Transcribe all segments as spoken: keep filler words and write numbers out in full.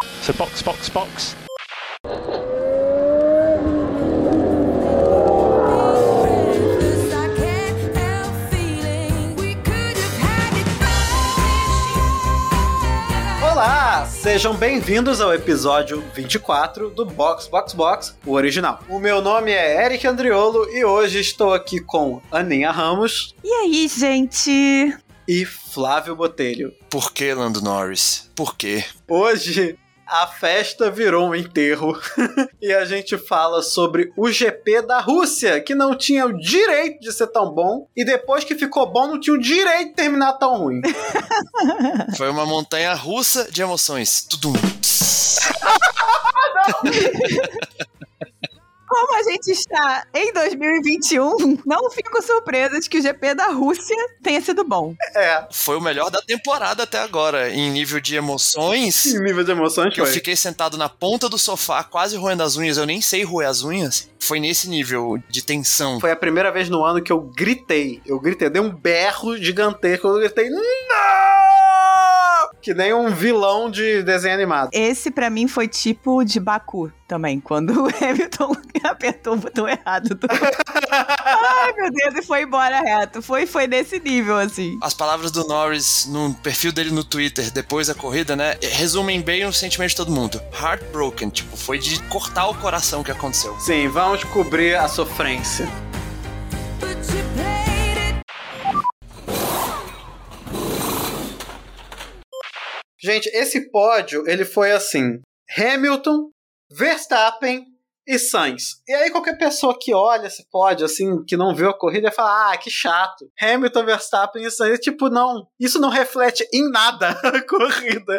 So box, box, box. Olá, sejam bem-vindos ao episódio vinte e quatro do Box, Box, Box, o original. O meu nome é Eric Andriolo e hoje estou aqui com Aninha Ramos. E aí, gente? E Flávio Botelho. Por que, Lando Norris? Por quê? Hoje a festa virou um enterro e a gente fala sobre o G P da Rússia, que não tinha o direito de ser tão bom e depois que ficou bom não tinha o direito de terminar tão ruim. Foi uma montanha russa de emoções. Tudum. Como a gente está em dois mil e vinte e um, não fico surpresa de que o G P da Rússia tenha sido bom. É. Foi o melhor da temporada até agora, em nível de emoções. Em nível de emoções, que eu foi. fiquei sentado na ponta do sofá, quase roendo as unhas, eu nem sei roer as unhas. Foi nesse nível de tensão. Foi a primeira vez no ano que eu gritei. Eu gritei, dei um berro gigantesco, eu gritei, não! Que nem um vilão de desenho animado. Esse, pra mim, foi tipo de Baku também, quando o Hamilton apertou o botão errado. Do... Ai, meu Deus, e foi embora reto. Foi, foi nesse nível, assim. As palavras do Norris no perfil dele no Twitter, depois da corrida, né, resumem bem o sentimento de todo mundo. Heartbroken, tipo, foi de cortar o coração que aconteceu. Sim, vamos cobrir a sofrência. Gente, esse pódio, ele foi assim, Hamilton, Verstappen e Sainz. E aí qualquer pessoa que olha esse pódio, assim, que não viu a corrida, vai falar, ah, que chato. Hamilton, Verstappen e Sainz. Tipo, não, isso não reflete em nada a corrida.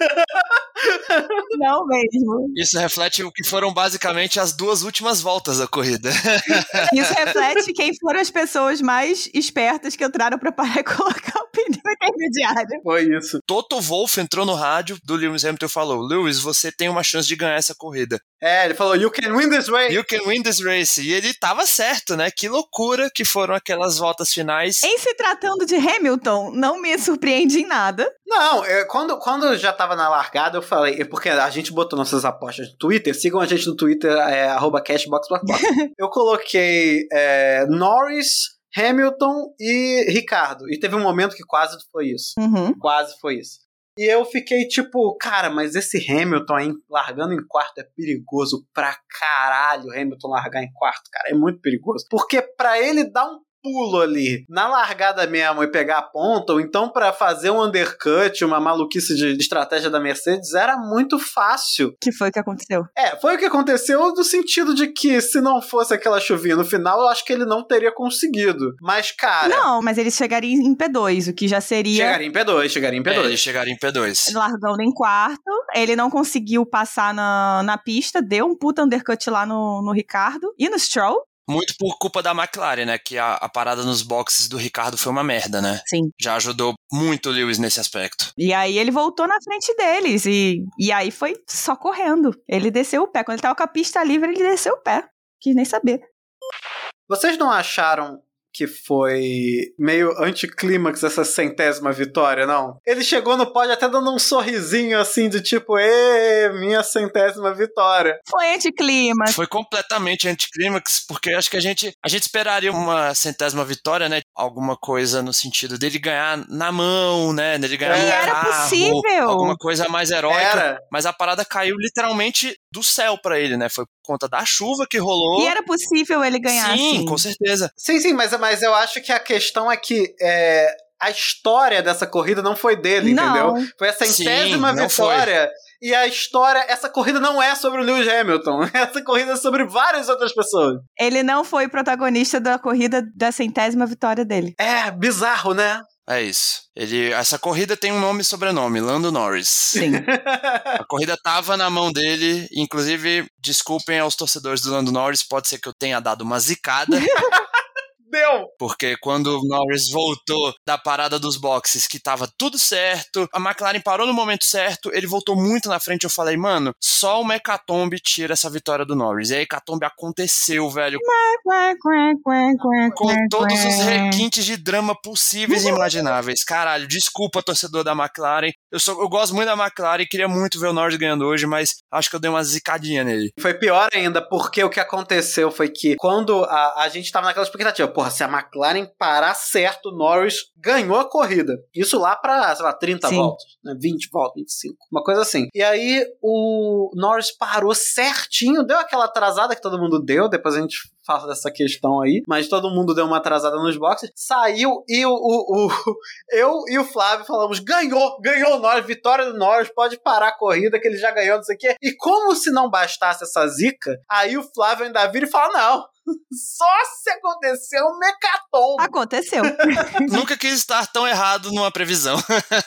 Não mesmo. Isso reflete o que foram basicamente as duas últimas voltas da corrida. Isso reflete quem foram as pessoas mais espertas que entraram pra parar e colocar o pneu intermediário. Foi isso. Toto Wolff entrou no rádio do Lewis Hamilton e falou, Lewis, você tem uma chance de ganhar essa corrida. É, ele falou, you can win this race. You can win this race. E ele tava certo, né? Que loucura que foram aquelas voltas finais. Em se tratando de Hamilton, não me surpreende em nada. Não, eu, quando, quando eu já tava na largada, eu falei, porque a gente botou nossas apostas no Twitter, sigam a gente no Twitter, é, arroba cashboxboxbox. Eu coloquei é, Norris, Hamilton e Ricardo. E teve um momento que quase foi isso. Uhum. Quase foi isso. E eu fiquei tipo, cara, mas esse Hamilton aí largando em quarto é perigoso pra caralho. Hamilton largar em quarto, cara, é muito perigoso. Porque pra ele dar um pulo ali na largada mesmo e pegar a ponta, ou então pra fazer um undercut, uma maluquice de estratégia da Mercedes, era muito fácil. Que foi o que aconteceu? É, foi o que aconteceu no sentido de que se não fosse aquela chuvinha no final, eu acho que ele não teria conseguido. Mas, cara... Não, mas ele chegaria em P dois, o que já seria... Chegaria em P dois, chegaria em P dois. É, ele chegaria em P dois. Largando em quarto, ele não conseguiu passar na, na pista, deu um puta undercut lá no, no Ricardo e no Stroll. Muito por culpa da McLaren, né? Que a, a parada nos boxes do Ricardo foi uma merda, né? Sim. Já ajudou muito o Lewis nesse aspecto. E aí ele voltou na frente deles. E, e aí foi só correndo. Ele desceu o pé. Quando ele tava com a pista livre, ele desceu o pé. Quis nem saber. Vocês não acharam que foi meio anticlímax essa centésima vitória, não? Ele chegou no pódio até dando um sorrisinho assim, de tipo, ê, minha centésima vitória. Foi anticlímax. Foi completamente anticlímax, porque acho que a gente, a gente esperaria uma centésima vitória, né? Alguma coisa no sentido dele ganhar na mão, né? Dele ganhar É, no era carro. possível. Alguma coisa mais heróica. Era. Mas a parada caiu literalmente do céu pra ele, né? Foi por conta da chuva que rolou. E era possível ele ganhar, sim, sim. com certeza. Sim, sim, mas, mas eu acho que a questão é que é, a história dessa corrida não foi dele, Não. entendeu? Foi a centésima Sim, não vitória. E a história, essa corrida não é sobre o Lewis Hamilton. Essa corrida é sobre várias outras pessoas. Ele não foi protagonista da corrida da centésima vitória dele. É, bizarro, né? É isso. Ele, essa corrida tem um nome e sobrenome, Lando Norris. Sim. A corrida tava na mão dele, inclusive, desculpem aos torcedores do Lando Norris, pode ser que eu tenha dado uma zicada. fudeu! Porque quando o Norris voltou da parada dos boxes, que tava tudo certo, a McLaren parou no momento certo, ele voltou muito na frente, eu falei, mano, só o Hecatombe tira essa vitória do Norris. E a Hecatombe aconteceu, velho. Com todos os requintes de drama possíveis e imagináveis. Caralho, desculpa, torcedor da McLaren. Eu, sou, eu gosto muito da McLaren e queria muito ver o Norris ganhando hoje, mas acho que eu dei uma zicadinha nele. Foi pior ainda, porque o que aconteceu foi que quando a, a gente tava naquela expectativa, porra, se a McLaren parar certo, o Norris ganhou a corrida. Isso lá pra, sei lá, trinta Sim. voltas, né? vinte voltas, vinte e cinco, uma coisa assim. E aí o Norris parou certinho, deu aquela atrasada que todo mundo deu, depois a gente fala dessa questão aí, mas todo mundo deu uma atrasada nos boxes, saiu e o, o, o eu e o Flávio falamos, ganhou, ganhou o Norris, vitória do Norris, pode parar a corrida que ele já ganhou, não sei o quê. E como se não bastasse essa zica, aí o Flávio ainda vira e fala, não, só se acontecer um mecatombe. Aconteceu. Nunca quis estar tão errado numa previsão.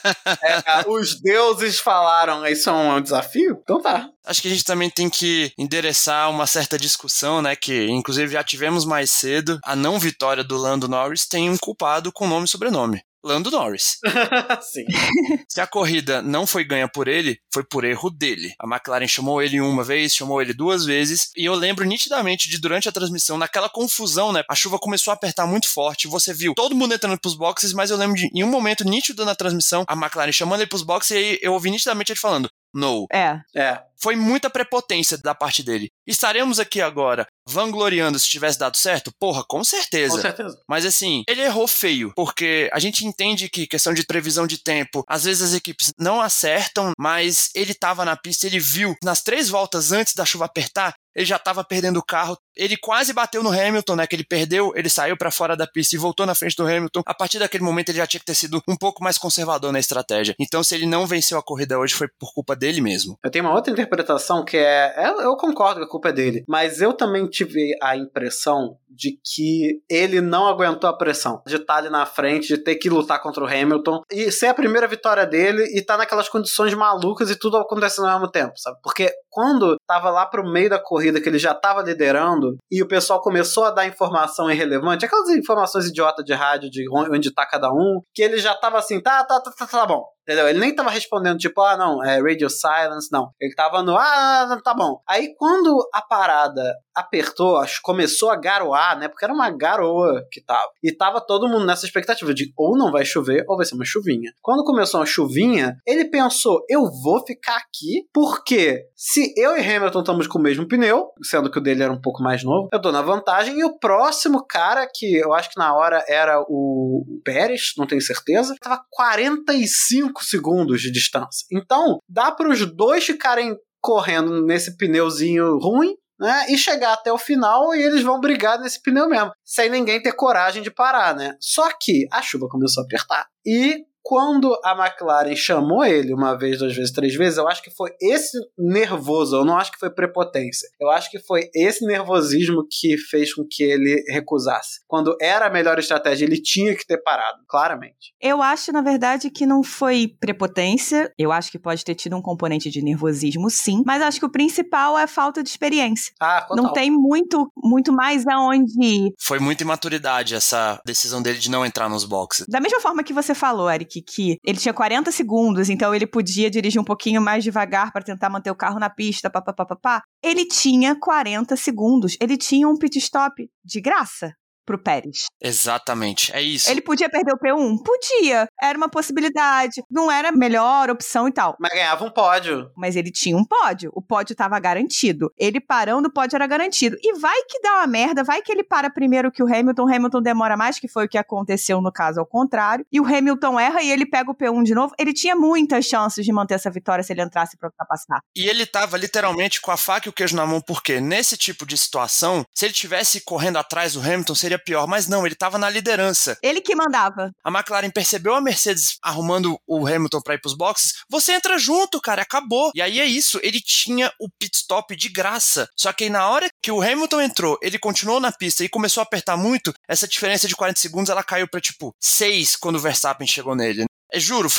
É, os deuses falaram, isso é um desafio? Então tá. Acho que a gente também tem que endereçar uma certa discussão, né, que inclusive já tivemos mais cedo. A não vitória do Lando Norris tem um culpado com nome e sobrenome. Lando Norris. Sim. Se a corrida não foi ganha por ele, foi por erro dele. A McLaren chamou ele uma vez, chamou ele duas vezes, e eu lembro nitidamente de durante a transmissão, naquela confusão, né, a chuva começou a apertar muito forte, você viu todo mundo entrando pros boxes, mas eu lembro de, em um momento nítido na transmissão, a McLaren chamando ele pros boxes, e aí eu ouvi nitidamente ele falando, no. É. É. Foi muita prepotência da parte dele. Estaremos aqui agora vangloriando se tivesse dado certo? Porra, com certeza. Com certeza. Mas assim, ele errou feio, porque a gente entende que questão de previsão de tempo, às vezes as equipes não acertam, mas ele tava na pista, ele viu, nas três voltas antes da chuva apertar, ele já tava perdendo o carro, ele quase bateu no Hamilton, né, que ele perdeu, ele saiu pra fora da pista e voltou na frente do Hamilton. A partir daquele momento ele já tinha que ter sido um pouco mais conservador na estratégia. Então se ele não venceu a corrida hoje foi por culpa dele mesmo. Eu tenho uma outra interpretação que é, eu, eu concordo que a culpa é dele, mas eu também tive a impressão de que ele não aguentou a pressão de estar ali na frente, de ter que lutar contra o Hamilton e ser a primeira vitória dele e estar naquelas condições malucas e tudo acontecendo ao mesmo tempo, sabe? Porque quando tava lá pro meio da corrida que ele já tava liderando e o pessoal começou a dar informação irrelevante, aquelas informações idiotas de rádio de onde tá cada um, que ele já tava assim, tá, tá, tá, tá, tá bom. Entendeu? Ele nem tava respondendo, tipo, ah, não, é radio silence, não. Ele tava no, ah, tá bom. Aí, quando a parada apertou, acho, começou a garoar, né? Porque era uma garoa que tava. E tava todo mundo nessa expectativa de ou não vai chover, ou vai ser uma chuvinha. Quando começou uma chuvinha, ele pensou, eu vou ficar aqui, porque se eu e Hamilton estamos com o mesmo pneu, sendo que o dele era um pouco mais novo, eu tô na vantagem, e o próximo cara, que eu acho que na hora era o Pérez, não tenho certeza, tava quarenta e cinco segundos de distância. Então, dá para os dois ficarem correndo nesse pneuzinho ruim, né, e chegar até o final e eles vão brigar nesse pneu mesmo, sem ninguém ter coragem de parar, né? Só que a chuva começou a apertar. E quando a McLaren chamou ele uma vez, duas vezes, três vezes, eu acho que foi esse nervoso, eu não acho que foi prepotência, eu acho que foi esse nervosismo que fez com que ele recusasse. Quando era a melhor estratégia, ele tinha que ter parado, claramente. Eu acho, na verdade, que não foi prepotência, eu acho que pode ter tido um componente de nervosismo, sim, mas acho que o principal é a falta de experiência. Ah, total. Não tem muito, muito mais aonde ir. Foi muita imaturidade essa decisão dele de não entrar nos boxes. Da mesma forma que você falou, Eric, que ele tinha quarenta segundos, então ele podia dirigir um pouquinho mais devagar para tentar manter o carro na pista, papapá. Ele tinha quarenta segundos, ele tinha um pit stop de graça pro Pérez. Exatamente, é isso. Ele podia perder o P um? Podia, era uma possibilidade, não era a melhor opção e tal. Mas ganhava um pódio. Mas ele tinha um pódio, o pódio tava garantido. Ele parando, o pódio era garantido. E vai que dá uma merda, vai que ele para primeiro que o Hamilton, o Hamilton demora mais, que foi o que aconteceu no caso ao contrário, e o Hamilton erra e ele pega o P um de novo. Ele tinha muitas chances de manter essa vitória se ele entrasse pra ultrapassar. E ele tava literalmente com a faca e o queijo na mão, porque nesse tipo de situação, se ele tivesse correndo atrás do Hamilton, seria pior, mas não, ele tava na liderança. Ele que mandava. A McLaren percebeu a Mercedes arrumando o Hamilton pra ir pros boxes, você entra junto, cara, acabou. E aí é isso, ele tinha o pit stop de graça, só que aí na hora que o Hamilton entrou, ele continuou na pista e começou a apertar muito, essa diferença de quarenta segundos, ela caiu pra tipo seis quando o Verstappen chegou nele. Eu juro, foi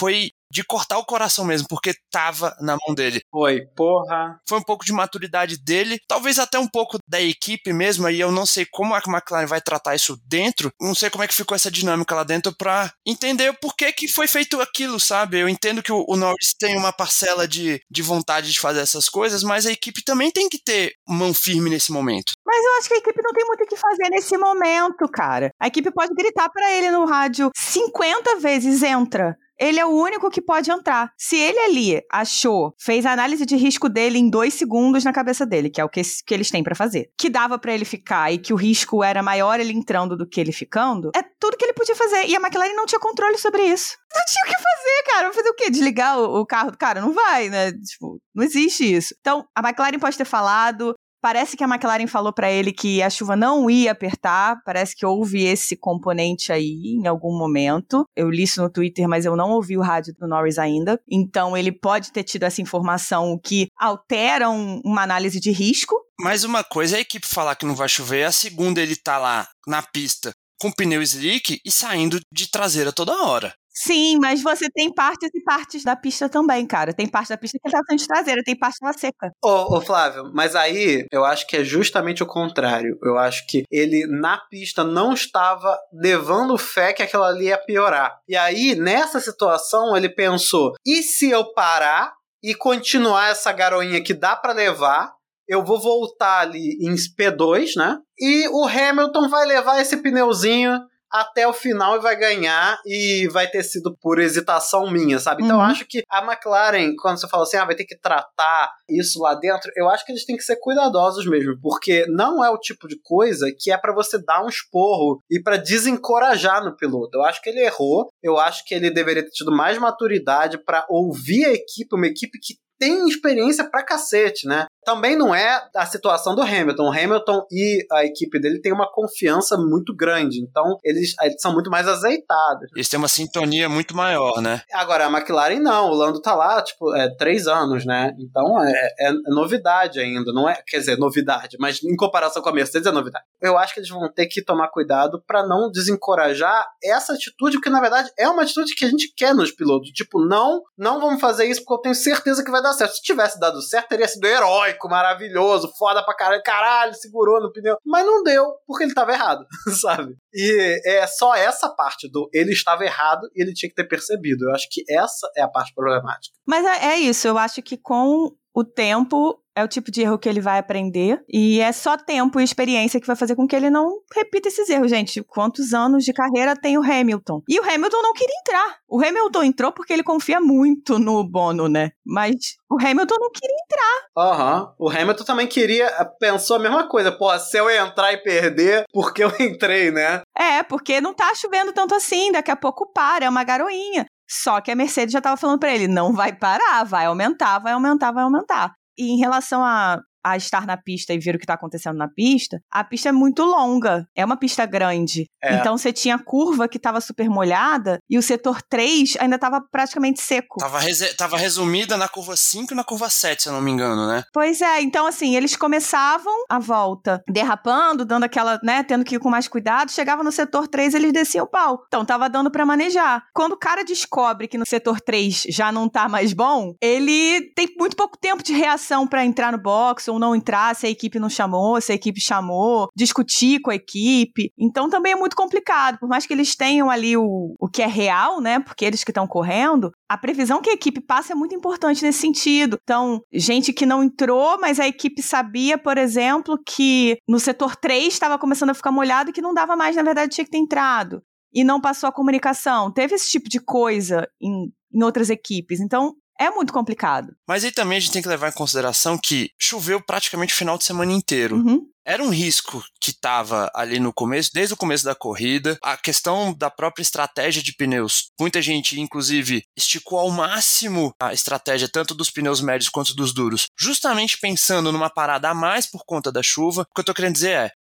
de cortar o coração mesmo, porque tava na mão dele. Foi, porra. Foi um pouco de maturidade dele, talvez até um pouco da equipe mesmo, aí eu não sei como a McLaren vai tratar isso dentro, não sei como é que ficou essa dinâmica lá dentro pra entender por que que foi feito aquilo, sabe? Eu entendo que o, o Norris tem uma parcela de, de vontade de fazer essas coisas, mas a equipe também tem que ter mão firme nesse momento. Mas eu acho que a equipe não tem muito o que fazer nesse momento, cara. A equipe pode gritar pra ele no rádio cinquenta vezes, entra. Ele é o único que pode entrar. Se ele ali achou, fez a análise de risco dele em dois segundos na cabeça dele, que é o que, que eles têm pra fazer, que dava pra ele ficar e que o risco era maior ele entrando do que ele ficando, é tudo que ele podia fazer. E a McLaren não tinha controle sobre isso. Não tinha o que fazer, cara. Vai fazer o quê? Desligar o, o carro do cara? Não vai, né? Tipo, não existe isso. Então, a McLaren pode ter falado. Parece que a McLaren falou pra ele que a chuva não ia apertar, parece que houve esse componente aí em algum momento. Eu li isso no Twitter, mas eu não ouvi o rádio do Norris ainda. Então ele pode ter tido essa informação que altera um, uma análise de risco. Mas uma coisa é a equipe falar que não vai chover, a segunda ele tá lá na pista com pneu slick e saindo de traseira toda hora. Sim, mas você tem partes e partes da pista também, cara. Tem parte da pista que tá saindo de traseira, tem parte que tá seca. Ô, ô, Flávio, mas aí eu acho que é justamente o contrário. Eu acho que ele, na pista, não estava levando fé que aquilo ali ia piorar. E aí, nessa situação, ele pensou, e se eu parar e continuar essa garoinha que dá pra levar, eu vou voltar ali em P dois, né? E o Hamilton vai levar esse pneuzinho até o final e vai ganhar, e vai ter sido por hesitação minha, sabe? Então uhum. eu acho que a McLaren, quando você fala assim, ah, vai ter que tratar isso lá dentro, eu acho que eles têm que ser cuidadosos mesmo, porque não é o tipo de coisa que é pra você dar um esporro e pra desencorajar no piloto. Eu acho que ele errou, eu acho que ele deveria ter tido mais maturidade pra ouvir a equipe, uma equipe que tem experiência pra cacete, né? Também não é a situação do Hamilton. O Hamilton e a equipe dele têm uma confiança muito grande, então eles, eles são muito mais azeitados. Eles têm uma sintonia muito maior, né? Agora, a McLaren não, o Lando tá lá, tipo, é três anos, né? Então é, é, é novidade ainda, não é, quer dizer, novidade, mas em comparação com a Mercedes é novidade. Eu acho que eles vão ter que tomar cuidado pra não desencorajar essa atitude, porque na verdade é uma atitude que a gente quer nos pilotos, tipo, não, não vamos fazer isso porque eu tenho certeza que vai dar certo. Se tivesse dado certo, teria sido heróico, maravilhoso, foda pra caralho, caralho, segurou no pneu, mas não deu, porque ele tava errado, sabe? E é só essa parte do ele estava errado e ele tinha que ter percebido. Eu acho que essa é a parte problemática. Mas é, é isso, eu acho que com o tempo é o tipo de erro que ele vai aprender, e é só tempo e experiência que vai fazer com que ele não repita esses erros, gente. Quantos anos de carreira tem o Hamilton? E o Hamilton não queria entrar. O Hamilton entrou porque ele confia muito no Bono, né? Mas o Hamilton não queria entrar. Aham. Uhum. O Hamilton também queria, pensou a mesma coisa. Pô, se eu entrar e perder, porque eu entrei, né? É, porque não tá chovendo tanto assim, daqui a pouco para, é uma garoinha. Só que a Mercedes já tava falando pra ele, não vai parar, vai aumentar, vai aumentar, vai aumentar. E em relação a, a estar na pista e ver o que tá acontecendo na pista, a pista é muito longa, é uma pista grande. É. Então você tinha a curva que tava super molhada e o setor três ainda tava praticamente seco. Tava, res- tava resumida na curva cinco e na curva sete, se eu não me engano, né? Pois é, então assim, eles começavam a volta derrapando, dando aquela, né, tendo que ir com mais cuidado, chegava no setor três, eles desciam o pau. Então tava dando pra manejar. Quando o cara descobre que no setor três já não tá mais bom, ele tem muito pouco tempo de reação pra entrar no box ou não entrar, se a equipe não chamou, se a equipe chamou, discutir com a equipe. Então também é muito complicado, por mais que eles tenham ali o, o que é real, né, porque eles que estão correndo, a previsão que a equipe passa é muito importante nesse sentido. Então, gente que não entrou, mas a equipe sabia, por exemplo, que no setor três estava começando a ficar molhado e que não dava mais, na verdade, tinha que ter entrado. E não passou a comunicação. Teve esse tipo de coisa em, em outras equipes. Então, é muito complicado. Mas aí também a gente tem que levar em consideração que choveu praticamente o final de semana inteiro. Uhum. Era um risco que estava ali no começo, desde o começo da corrida. A questão da própria estratégia de pneus. Muita gente, inclusive, esticou ao máximo a estratégia tanto dos pneus médios quanto dos duros, justamente pensando numa parada a mais por conta da chuva. O que eu tô querendo dizer é,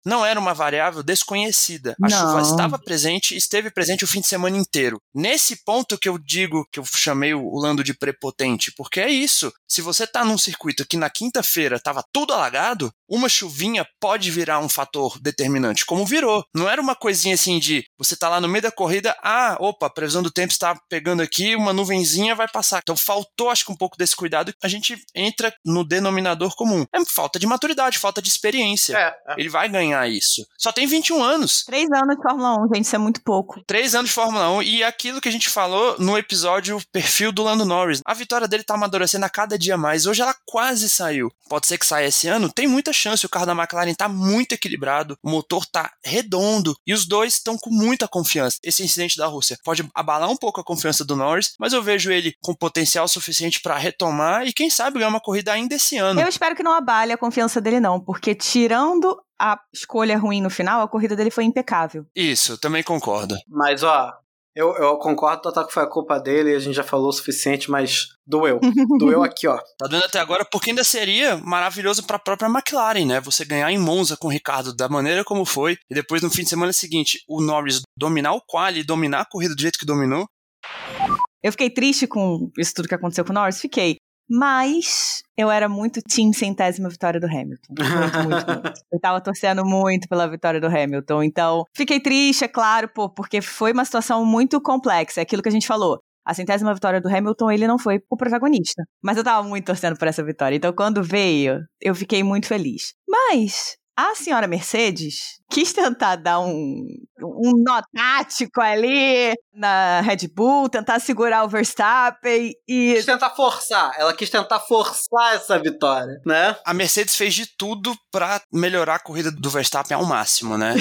não era uma variável desconhecida. A Não. chuva estava presente, esteve presente o fim de semana inteiro. Nesse ponto que eu digo, que eu chamei o Lando de prepotente, porque é isso. Se você tá num circuito que na quinta-feira tava tudo alagado, uma chuvinha pode virar um fator determinante, como virou. Não era uma coisinha assim de, você tá lá no meio da corrida, ah, opa, a previsão do tempo está pegando aqui, uma nuvenzinha vai passar. Então faltou, acho que um pouco desse cuidado, a gente entra no denominador comum. É falta de maturidade, falta de experiência. É, é. Ele vai ganhar isso. Só tem vinte e um anos. Três anos de Fórmula um, gente, isso é muito pouco. Três anos de Fórmula um, e aquilo que a gente falou no episódio perfil do Lando Norris. A vitória dele tá amadurecendo a cada dia mais. Hoje ela quase saiu. Pode ser que saia esse ano? Tem muita chance. O carro da McLaren tá muito equilibrado, o motor tá redondo, e os dois estão com muita confiança. Esse incidente da Rússia pode abalar um pouco a confiança do Norris, mas eu vejo ele com potencial suficiente pra retomar e quem sabe ganhar uma corrida ainda esse ano. Eu espero que não abale a confiança dele não, porque tirando a escolha ruim no final, a corrida dele foi impecável. Isso, também concordo. Mas, ó, eu, eu concordo total que foi a culpa dele, a gente já falou o suficiente, mas doeu. Doeu aqui, ó. Tá doendo até agora, porque ainda seria maravilhoso pra própria McLaren, né? Você ganhar em Monza com o Ricardo da maneira como foi, e depois no fim de semana seguinte, o Norris dominar o quali, dominar a corrida do jeito que dominou. Eu fiquei triste com isso tudo que aconteceu com o Norris, fiquei. Mas eu era muito team centésima vitória do Hamilton. Muito, muito, muito. Eu tava torcendo muito pela vitória do Hamilton. Então, fiquei triste, é claro, pô, porque foi uma situação muito complexa. É aquilo que a gente falou. A centésima vitória do Hamilton, ele não foi o protagonista. Mas eu tava muito torcendo por essa vitória. Então, quando veio, eu fiquei muito feliz. Mas a senhora Mercedes quis tentar dar um, um nó tático ali na Red Bull, tentar segurar o Verstappen e... Quis tentar forçar, ela quis tentar forçar essa vitória, né? A Mercedes fez de tudo pra melhorar a corrida do Verstappen ao máximo, né?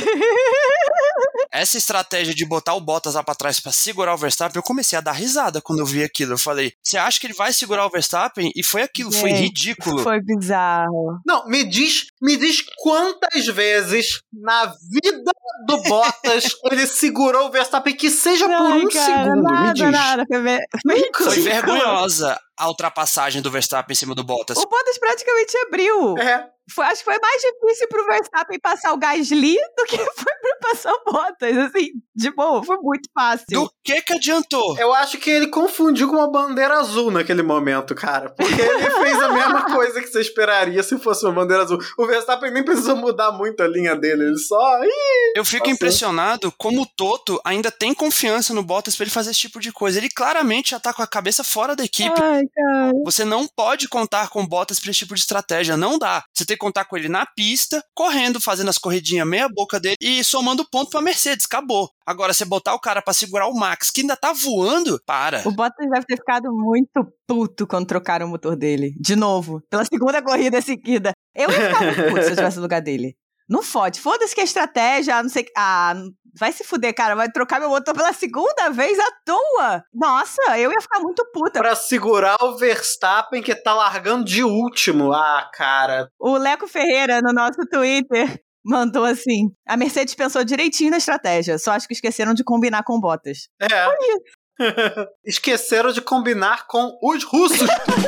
Essa estratégia de botar o Bottas lá pra trás pra segurar o Verstappen, eu comecei a dar risada quando eu vi aquilo. Eu falei, você acha que ele vai segurar o Verstappen? E foi aquilo, Gente, foi ridículo. Foi bizarro. Não, me diz, me diz quantas vezes na vida do Bottas ele segurou o Verstappen, que seja por Ai, um cara, segundo, nada, me diz. Nada, foi, ver... Foi vergonhosa a ultrapassagem do Verstappen em cima do Bottas. O Bottas praticamente abriu. É. Foi, acho que foi mais difícil pro Verstappen passar o Gasly do que foi pra passar o Bottas. Assim, de boa, foi muito fácil. Do que que adiantou? Eu acho que ele confundiu com uma bandeira azul naquele momento, cara. Porque ele fez a mesma coisa que você esperaria se fosse uma bandeira azul. O Verstappen nem precisou mudar muito a linha dele, ele só... Ih, eu fico passou. impressionado como o Toto ainda tem confiança no Bottas pra ele fazer esse tipo de coisa. Ele claramente já tá com a cabeça fora da equipe. Ai, cara. Você não pode contar com o Bottas pra esse tipo de estratégia, não dá. Você tem que contar com ele na pista, correndo, fazendo as corridinhas meia boca dele e somando ponto pra Mercedes, acabou. Agora, você botar o cara pra segurar o Max, que ainda tá voando, para. O Bottas deve ter ficado muito puto quando trocaram o motor dele. De novo, pela segunda corrida seguida. Eu ia ficar muito puto se eu tivesse no lugar dele. Não fode. Foda-se que é estratégia, não sei... Ah, vai se fuder, cara. Vai trocar meu motor pela segunda vez à toa. Nossa, eu ia ficar muito puta. Pra segurar o Verstappen, que tá largando de último. Ah, cara. O Leco Ferreira, no nosso Twitter, mandou assim: a Mercedes pensou direitinho na estratégia, só acho que esqueceram de combinar com o Bottas. É. Foi isso. Esqueceram de combinar com os russos.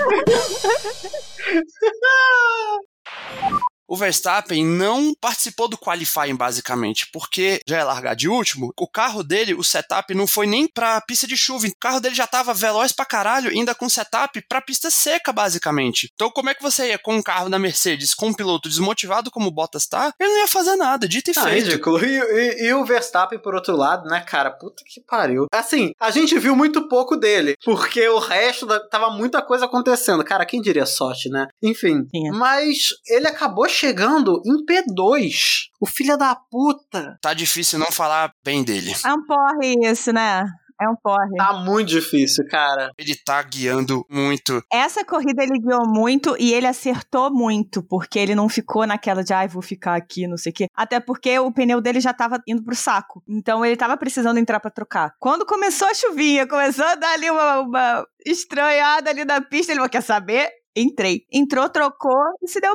O Verstappen não participou do qualifying, basicamente, porque já ia largar de último, o carro dele, o setup, não foi nem pra pista de chuva, o carro dele já tava veloz pra caralho, ainda com setup pra pista seca, basicamente. Então como é que você ia com um carro da Mercedes, com um piloto desmotivado como o Bottas tá, ele não ia fazer nada, dito e Ah, feito. ridículo. E, e, e o Verstappen, por outro lado, né, cara, puta que pariu. Assim, a gente viu muito pouco dele, porque o resto da, tava muita coisa acontecendo. Cara, quem diria sorte, né? Enfim, Sim. Mas ele acabou chegando em P dois. O filho da puta. Tá difícil não falar bem dele. É um porre isso, né? É um porre. Tá muito difícil, cara. Ele tá guiando muito. Essa corrida ele guiou muito e ele acertou muito, porque ele não ficou naquela de, ai, ah, vou ficar aqui, não sei o quê. Até porque o pneu dele já tava indo pro saco. Então ele tava precisando entrar pra trocar. Quando começou a chuvinha, começou a dar ali uma, uma estranhada ali na pista, ele falou, quer saber? Entrei. Entrou, trocou e se deu bem.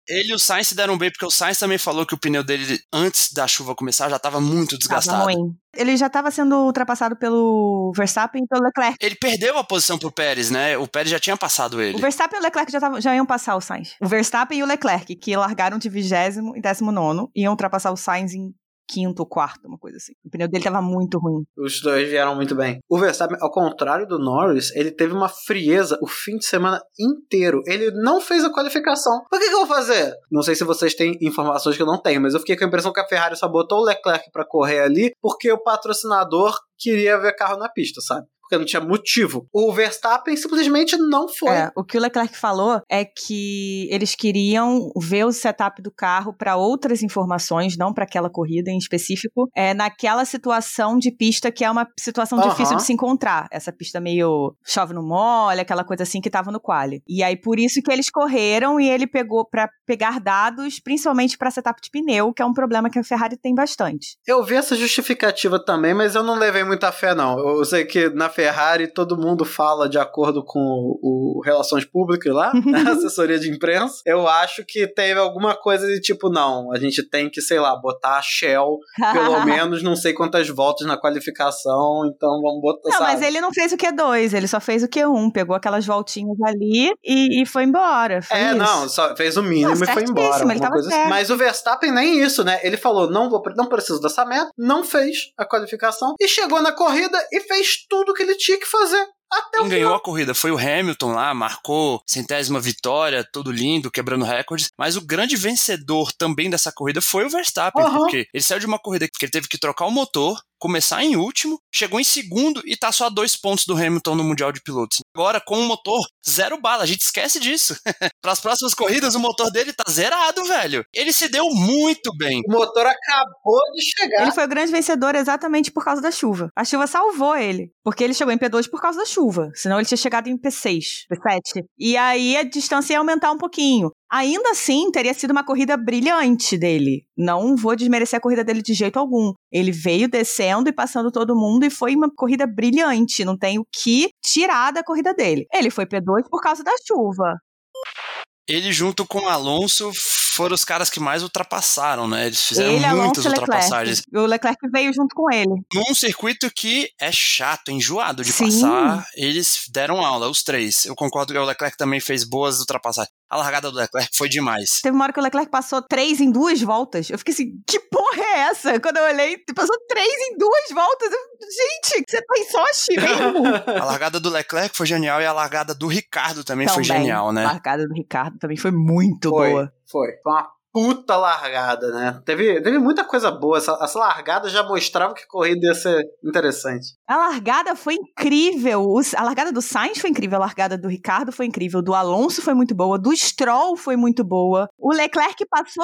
Ele e o Sainz se deram bem, porque o Sainz também falou que o pneu dele, antes da chuva começar, já estava muito desgastado. Tava ruim. Ele já estava sendo ultrapassado pelo Verstappen e pelo Leclerc. Ele perdeu a posição pro Pérez, né? O Pérez já tinha passado ele. O Verstappen e o Leclerc já, tavam, já iam passar o Sainz. O Verstappen e o Leclerc, que largaram de vigésimo e décimo nono, iam ultrapassar o Sainz em quinto ou quarto, uma coisa assim. O pneu dele tava muito ruim. Os dois vieram muito bem. O Verstappen, ao contrário do Norris, ele teve uma frieza o fim de semana inteiro. Ele não fez a qualificação. Por que que eu vou fazer? Não sei se vocês têm informações que eu não tenho, mas eu fiquei com a impressão que a Ferrari só botou o Leclerc pra correr ali porque o patrocinador queria ver carro na pista, sabe? Porque não tinha motivo. O Verstappen simplesmente não foi. É, o que o Leclerc falou é que eles queriam ver o setup do carro para outras informações, não para aquela corrida em específico, é, naquela situação de pista que é uma situação Uhum. difícil de se encontrar. Essa pista meio chove no mole, aquela coisa assim que tava no quali. E aí por isso que eles correram e ele pegou para pegar dados, principalmente para setup de pneu, que é um problema que a Ferrari tem bastante. Eu vi essa justificativa também, mas eu não levei muita fé, não. Eu sei que na Ferrari todo mundo fala de acordo com o, o Relações Públicas lá, a assessoria de imprensa. Eu acho que teve alguma coisa de tipo, não, a gente tem que, sei lá, botar a Shell pelo menos não sei quantas voltas na qualificação, então vamos botar, Não, sabe? mas ele não fez o Q dois, ele só fez o Q um, pegou aquelas voltinhas ali e, e foi embora. Foi é, isso. não, só fez o mínimo Não, e foi embora. ele tava Coisa assim. Mas o Verstappen nem isso, né? Ele falou, não, vou, não preciso dessa meta, não fez a qualificação e chegou na corrida e fez tudo que ele tinha que fazer. Até Quem ganhou a corrida foi o Hamilton lá, marcou centésima vitória, todo lindo, quebrando recordes, mas o grande vencedor também dessa corrida foi o Verstappen, uhum. porque ele saiu de uma corrida que ele teve que trocar o motor, começar em último, chegou em segundo e tá só a dois pontos do Hamilton no Mundial de Pilotos. Agora, com o motor zero bala, a gente esquece disso. Para as próximas corridas, o motor dele tá zerado, velho. Ele se deu muito bem. O motor acabou de chegar. Ele foi o grande vencedor exatamente por causa da chuva. A chuva salvou ele, porque ele chegou em P dois por causa da chuva. Senão ele tinha chegado em P seis, P sete. E aí a distância ia aumentar um pouquinho. Ainda assim, teria sido uma corrida brilhante dele. Não vou desmerecer a corrida dele de jeito algum. Ele veio descendo e passando todo mundo e foi uma corrida brilhante. Não tem o que tirar da corrida dele. Ele foi P dois por causa da chuva. Ele junto com o Alonso foram os caras que mais ultrapassaram, né? Eles fizeram ele, muitas Alonso, ultrapassagens. Leclerc. O Leclerc veio junto com ele. Num circuito que é chato, enjoado de Sim. passar, eles deram aula, os três. Eu concordo que o Leclerc também fez boas ultrapassagens. A largada do Leclerc foi demais. Teve uma hora que o Leclerc passou três em duas voltas. Eu fiquei assim, que porra é essa? Quando eu olhei, passou três em duas voltas. Eu, gente, você tá em Sochi mesmo? A largada do Leclerc foi genial e a largada do Ricardo também, também foi genial, né? A largada do Ricardo também foi muito foi, boa. Foi, foi uma puta largada, né? Teve, teve muita coisa boa. Essa, essa largada já mostrava que a corrida ia ser interessante. A largada foi incrível. Os, a largada do Sainz foi incrível. A largada do Ricardo foi incrível. Do Alonso foi muito boa. Do Stroll foi muito boa. O Leclerc passou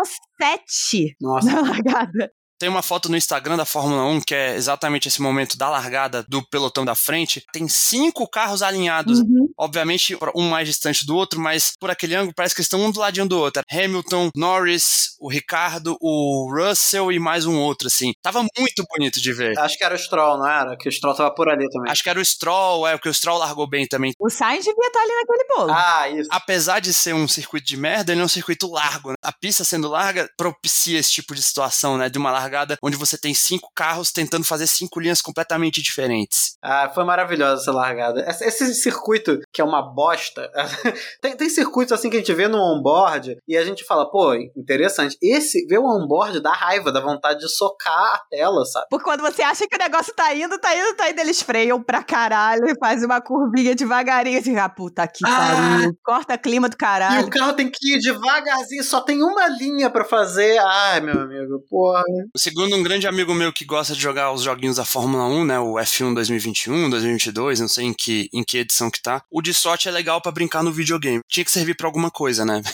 sete Nossa. na largada. Tem uma foto no Instagram da Fórmula um, que é exatamente esse momento da largada do pelotão da frente. Tem cinco carros alinhados, uhum. obviamente um mais distante do outro, mas por aquele ângulo parece que eles estão um do ladinho do outro. Hamilton, Norris, o Ricardo, o Russell e mais um outro, assim. Tava muito bonito de ver. Acho que era o Stroll, não era? Que o Stroll tava por ali também. Acho que era o Stroll, é, porque o Stroll largou bem também. O Sainz devia estar ali naquele bolo. Ah, isso. Apesar de ser um circuito de merda, ele é um circuito largo, né? A pista sendo larga propicia esse tipo de situação, né? De uma largada onde você tem cinco carros tentando fazer cinco linhas completamente diferentes. Ah, foi maravilhosa essa largada. Esse, esse circuito, que é uma bosta, tem, tem circuitos assim que a gente vê no onboard e a gente fala, pô, interessante. Esse, ver o onboard dá raiva, dá vontade de socar a tela, sabe? Porque quando você acha que o negócio tá indo, tá indo, tá indo, eles freiam pra caralho e faz uma curvinha devagarinho, assim, ah, puta que pariu, ah, corta clima do caralho. E o carro tem que ir devagarzinho, só tem uma linha pra fazer. Ai, meu amigo, porra. Segundo um grande amigo meu que gosta de jogar os joguinhos da Fórmula um, né, o F um dois mil e vinte e um, dois mil e vinte e dois, não sei em que, em que edição que tá, o de sorte é legal pra brincar no videogame. Tinha que servir pra alguma coisa, né?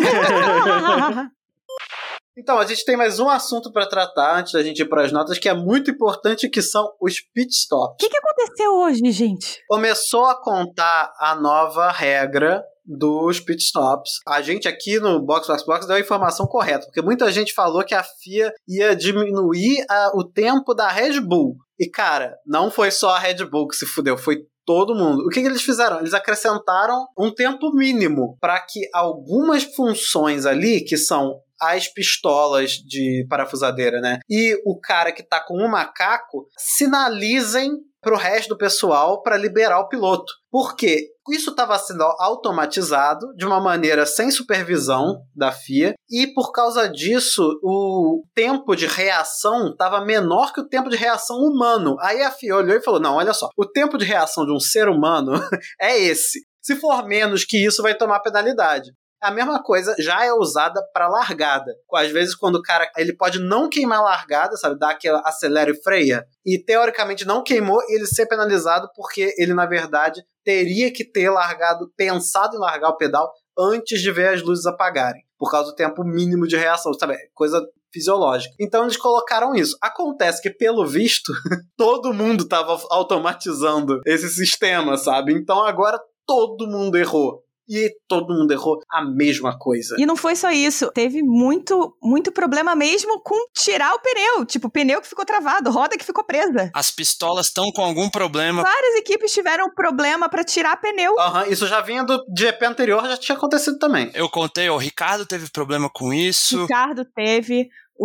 Então, a gente tem mais um assunto pra tratar antes da gente ir pras notas, que é muito importante, que são os pitstops. O que, que aconteceu hoje, gente? Começou a contar a nova regra dos pitstops. A gente aqui no Box Box Box deu a informação correta, porque muita gente falou que a F I A ia diminuir a, o tempo da Red Bull. E, cara, não foi só a Red Bull que se fudeu, foi todo mundo. O que, que eles fizeram? Eles acrescentaram um tempo mínimo para que algumas funções ali, que são as pistolas de parafusadeira, né, e o cara que tá com o macaco, sinalizem pro resto do pessoal para liberar o piloto. Por quê? Isso estava sendo automatizado de uma maneira sem supervisão da F I A e por causa disso o tempo de reação estava menor que o tempo de reação humano. Aí a F I A olhou e falou, não, olha só, o tempo de reação de um ser humano é esse. Se for menos que isso, vai tomar penalidade. A mesma coisa já é usada para largada. Às vezes, quando o cara ele pode não queimar a largada, sabe? Dar aquela acelera e freia. E, teoricamente, não queimou ele ser penalizado porque ele, na verdade, teria que ter largado, pensado em largar o pedal antes de ver as luzes apagarem. Por causa do tempo mínimo de reação, sabe? Coisa fisiológica. Então, eles colocaram isso. Acontece que, pelo visto, todo mundo estava automatizando esse sistema, sabe? Então, agora todo mundo errou. E todo mundo errou a mesma coisa. E não foi só isso. Teve muito, muito problema mesmo com tirar o pneu. Tipo, pneu que ficou travado, roda que ficou presa. As pistolas estão com algum problema. Várias equipes tiveram problema pra tirar pneu. Aham, uhum, isso já vinha do G P anterior, já tinha acontecido também. Eu contei, ó, o Ricardo teve problema com isso. Ricardo teve...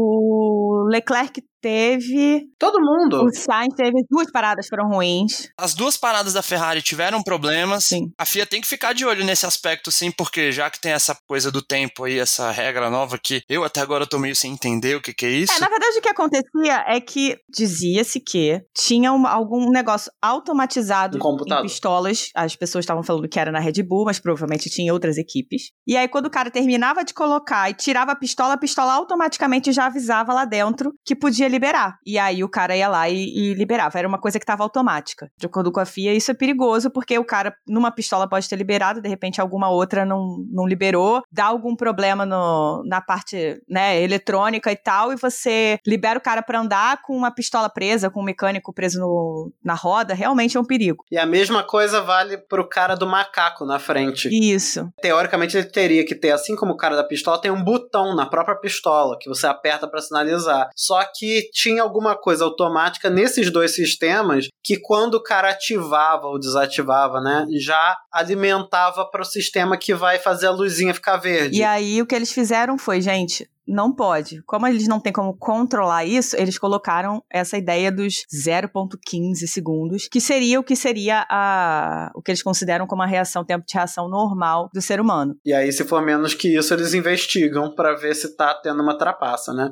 O Leclerc teve... Todo mundo. O Sainz teve... Duas paradas foram ruins. As duas paradas da Ferrari tiveram problemas. Sim. A F I A tem que ficar de olho nesse aspecto, sim, porque já que tem essa coisa do tempo aí, essa regra nova que eu até agora tô meio sem entender o que que é isso. É, na verdade o que acontecia é que dizia-se que tinha uma, algum negócio automatizado um em pistolas. As pessoas estavam falando que era na Red Bull, mas provavelmente tinha outras equipes. E aí quando o cara terminava de colocar e tirava a pistola, a pistola automaticamente já avisava lá dentro que podia liberar. E aí o cara ia lá e, e liberava. Era uma coisa que estava automática. De acordo com a F I A, isso é perigoso, porque o cara, numa pistola pode ter liberado, de repente alguma outra não, não liberou, dá algum problema no, na parte, né, eletrônica e tal, e você libera o cara pra andar com uma pistola presa, com um mecânico preso no, na roda, realmente é um perigo. E a mesma coisa vale pro cara do macaco na frente. Isso. Teoricamente ele teria que ter, assim como o cara da pistola, tem um botão na própria pistola, que você aperta para sinalizar. Só que tinha alguma coisa automática nesses dois sistemas que quando o cara ativava ou desativava, né, já alimentava para o sistema que vai fazer a luzinha ficar verde. E aí o que eles fizeram foi, gente, não pode. Como eles não têm como controlar isso, eles colocaram essa ideia dos zero vírgula quinze segundos, que seria o que seria a, o que eles consideram como a reação, tempo de reação normal do ser humano. E aí, se for menos que isso, eles investigam para ver se tá tendo uma trapaça, né?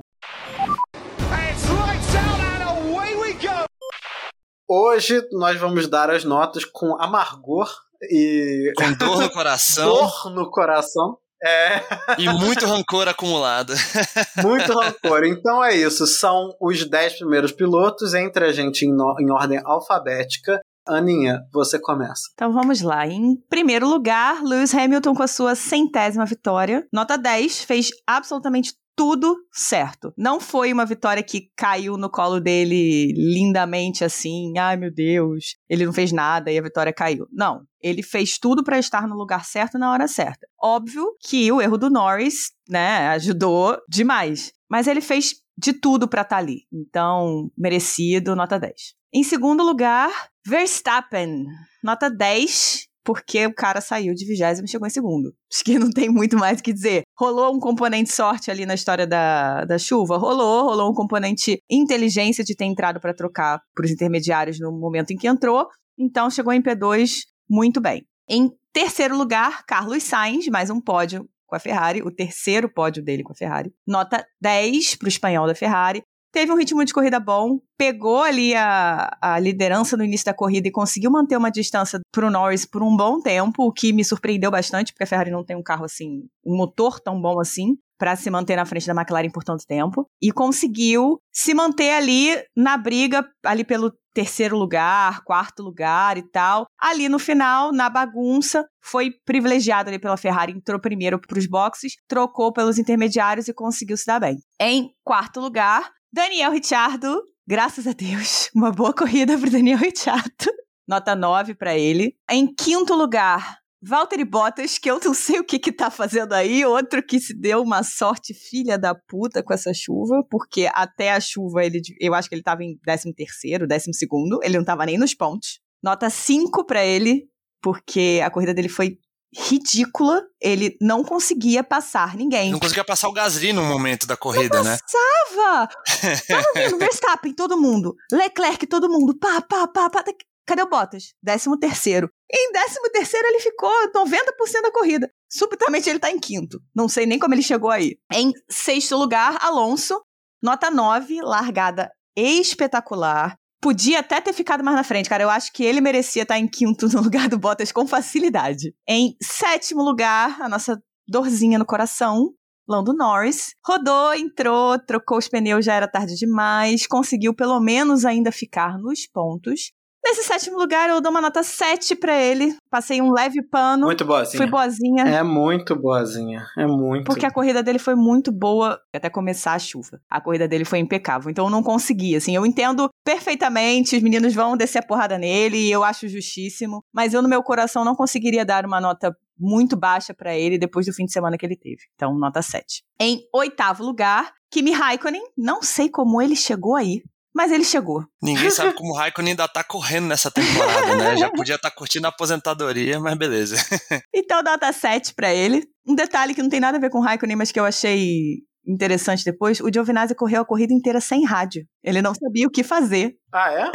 Hoje nós vamos dar as notas com amargor e... com dor no coração. Dor no coração. É. E muito rancor acumulado. Muito rancor. Então é isso. São os dez primeiros pilotos entre a gente em, no... em ordem alfabética. Aninha, você começa. Então vamos lá. Em primeiro lugar, Lewis Hamilton com a sua centésima vitória. Nota dez, fez absolutamente tudo certo. Não foi uma vitória que caiu no colo dele lindamente assim, ai meu Deus, ele não fez nada e a vitória caiu. Não, ele fez tudo para estar no lugar certo na hora certa. Óbvio que o erro do Norris, né, ajudou demais, mas ele fez de tudo para estar ali. Então, merecido, nota dez. Em segundo lugar, Verstappen, nota dez, porque o cara saiu de vigésimo e chegou em segundo. Acho que não tem muito mais o que dizer. Rolou um componente sorte ali na história da, da chuva? Rolou. Rolou um componente inteligência de ter entrado para trocar para os intermediários no momento em que entrou. Então, chegou em P dois muito bem. Em terceiro lugar, Carlos Sainz, mais um pódio com a Ferrari. O terceiro pódio dele com a Ferrari. Nota dez para o espanhol da Ferrari. Teve um ritmo de corrida bom, pegou ali a, a liderança no início da corrida e conseguiu manter uma distância pro Norris por um bom tempo, o que me surpreendeu bastante, porque a Ferrari não tem um carro assim, um motor tão bom assim, para se manter na frente da McLaren por tanto tempo. E conseguiu se manter ali na briga, ali pelo terceiro lugar, quarto lugar e tal. Ali no final, na bagunça, foi privilegiado ali pela Ferrari, entrou primeiro pros boxes, trocou pelos intermediários e conseguiu se dar bem. Em quarto lugar, Daniel Ricciardo, graças a Deus, uma boa corrida pro Daniel Ricciardo. Nota nove para ele. Em quinto lugar, Valtteri Bottas, que eu não sei o que que tá fazendo aí, outro que se deu uma sorte filha da puta com essa chuva, porque até a chuva, ele, eu acho que ele tava em décimo terceiro, décimo segundo, ele não tava nem nos pontos. Nota cinco pra ele, porque a corrida dele foi ridícula, ele não conseguia passar ninguém. Não conseguia passar o Gasly no momento da corrida, não né? Passava! Tava vendo Verstappen, todo mundo, Leclerc, todo mundo, pá, pá, pá, pá. Cadê o Bottas? Décimo terceiro. Em décimo terceiro ele ficou noventa por cento da corrida. Subitamente ele tá em quinto. Não sei nem como ele chegou aí. Em sexto lugar, Alonso. Nota nove, largada espetacular. Podia até ter ficado mais na frente, cara. Eu acho que ele merecia estar em quinto no lugar do Bottas com facilidade. Em sétimo lugar, a nossa dorzinha no coração, Lando Norris. Rodou, entrou, trocou os pneus, já era tarde demais. Conseguiu pelo menos ainda ficar nos pontos. Nesse sétimo lugar, eu dou uma nota sete pra ele. Passei um leve pano. Muito boazinha. Fui boazinha. É muito boazinha. É muito. Porque a corrida dele foi muito boa até começar a chuva. A corrida dele foi impecável. Então eu não consegui, assim. Eu entendo perfeitamente, os meninos vão descer a porrada nele e eu acho justíssimo. Mas eu, no meu coração, não conseguiria dar uma nota muito baixa pra ele depois do fim de semana que ele teve. Então, nota sete. Em oitavo lugar, Kimi Raikkonen. Não sei como ele chegou aí. Mas ele chegou. Ninguém sabe como o Raikkonen ainda tá correndo nessa temporada, né? Já podia estar tá curtindo a aposentadoria, mas beleza. Então, nota sete pra ele. Um detalhe que não tem nada a ver com o Raikkonen, mas que eu achei interessante depois, o Giovinazzi correu a corrida inteira sem rádio. Ele não sabia o que fazer. Ah, é?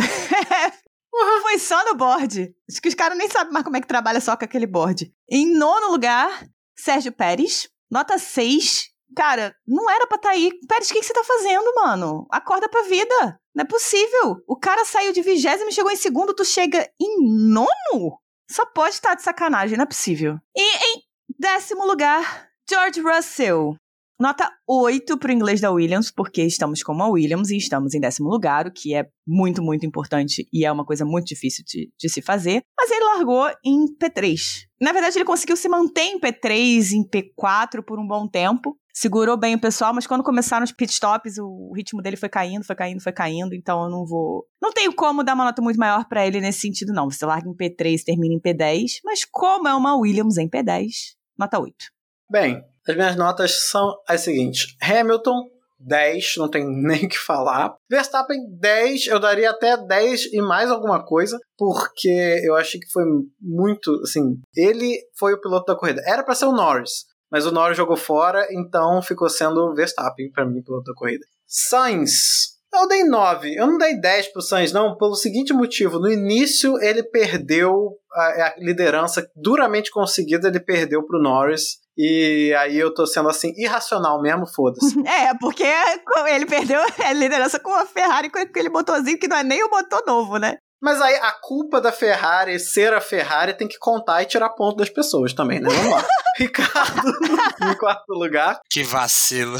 Uhum. Foi só no board. Acho que os caras nem sabem mais como é que trabalha só com aquele board. Em nono lugar, Sérgio Pérez. Nota seis. Cara, não era pra estar tá aí. Pérez, o que, que você tá fazendo, mano? Acorda pra vida. Não é possível. O cara saiu de vigésimo e chegou em segundo, tu chega em nono? Só pode estar de sacanagem, não é possível. E em décimo lugar, George Russell. Nota oito pro inglês da Williams, porque estamos como a Williams e estamos em décimo lugar, o que é muito, muito importante e é uma coisa muito difícil de, de se fazer. Mas ele largou em P três. Na verdade, ele conseguiu se manter em P três, em P quatro por um bom tempo. Segurou bem o pessoal, mas quando começaram os pitstops, o ritmo dele foi caindo, foi caindo, foi caindo. Então eu não vou... Não tenho como dar uma nota muito maior pra ele nesse sentido, não. Você larga em P três, termina em P dez. Mas como é uma Williams em P dez, nota oito. Bem, as minhas notas são as seguintes. Hamilton, dez, não tem nem o que falar. Verstappen, dez, eu daria até dez e mais alguma coisa, porque eu achei que foi muito, assim, ele foi o piloto da corrida. Era pra ser o Norris, mas o Norris jogou fora, então ficou sendo o Verstappen, pra mim, piloto da corrida. Sainz, eu dei nove. Eu não dei dez pro Sainz, não, pelo seguinte motivo. No início, ele perdeu a, a liderança duramente conseguida, ele perdeu pro Norris. E aí eu tô sendo, assim, irracional mesmo, foda-se. É, porque ele perdeu a liderança com a Ferrari, com aquele motorzinho que não é nem o motor novo, né? Mas aí a culpa da Ferrari ser a Ferrari tem que contar e tirar ponto das pessoas também, né? Vamos lá. Ricardo, em quarto lugar. Que vacilo.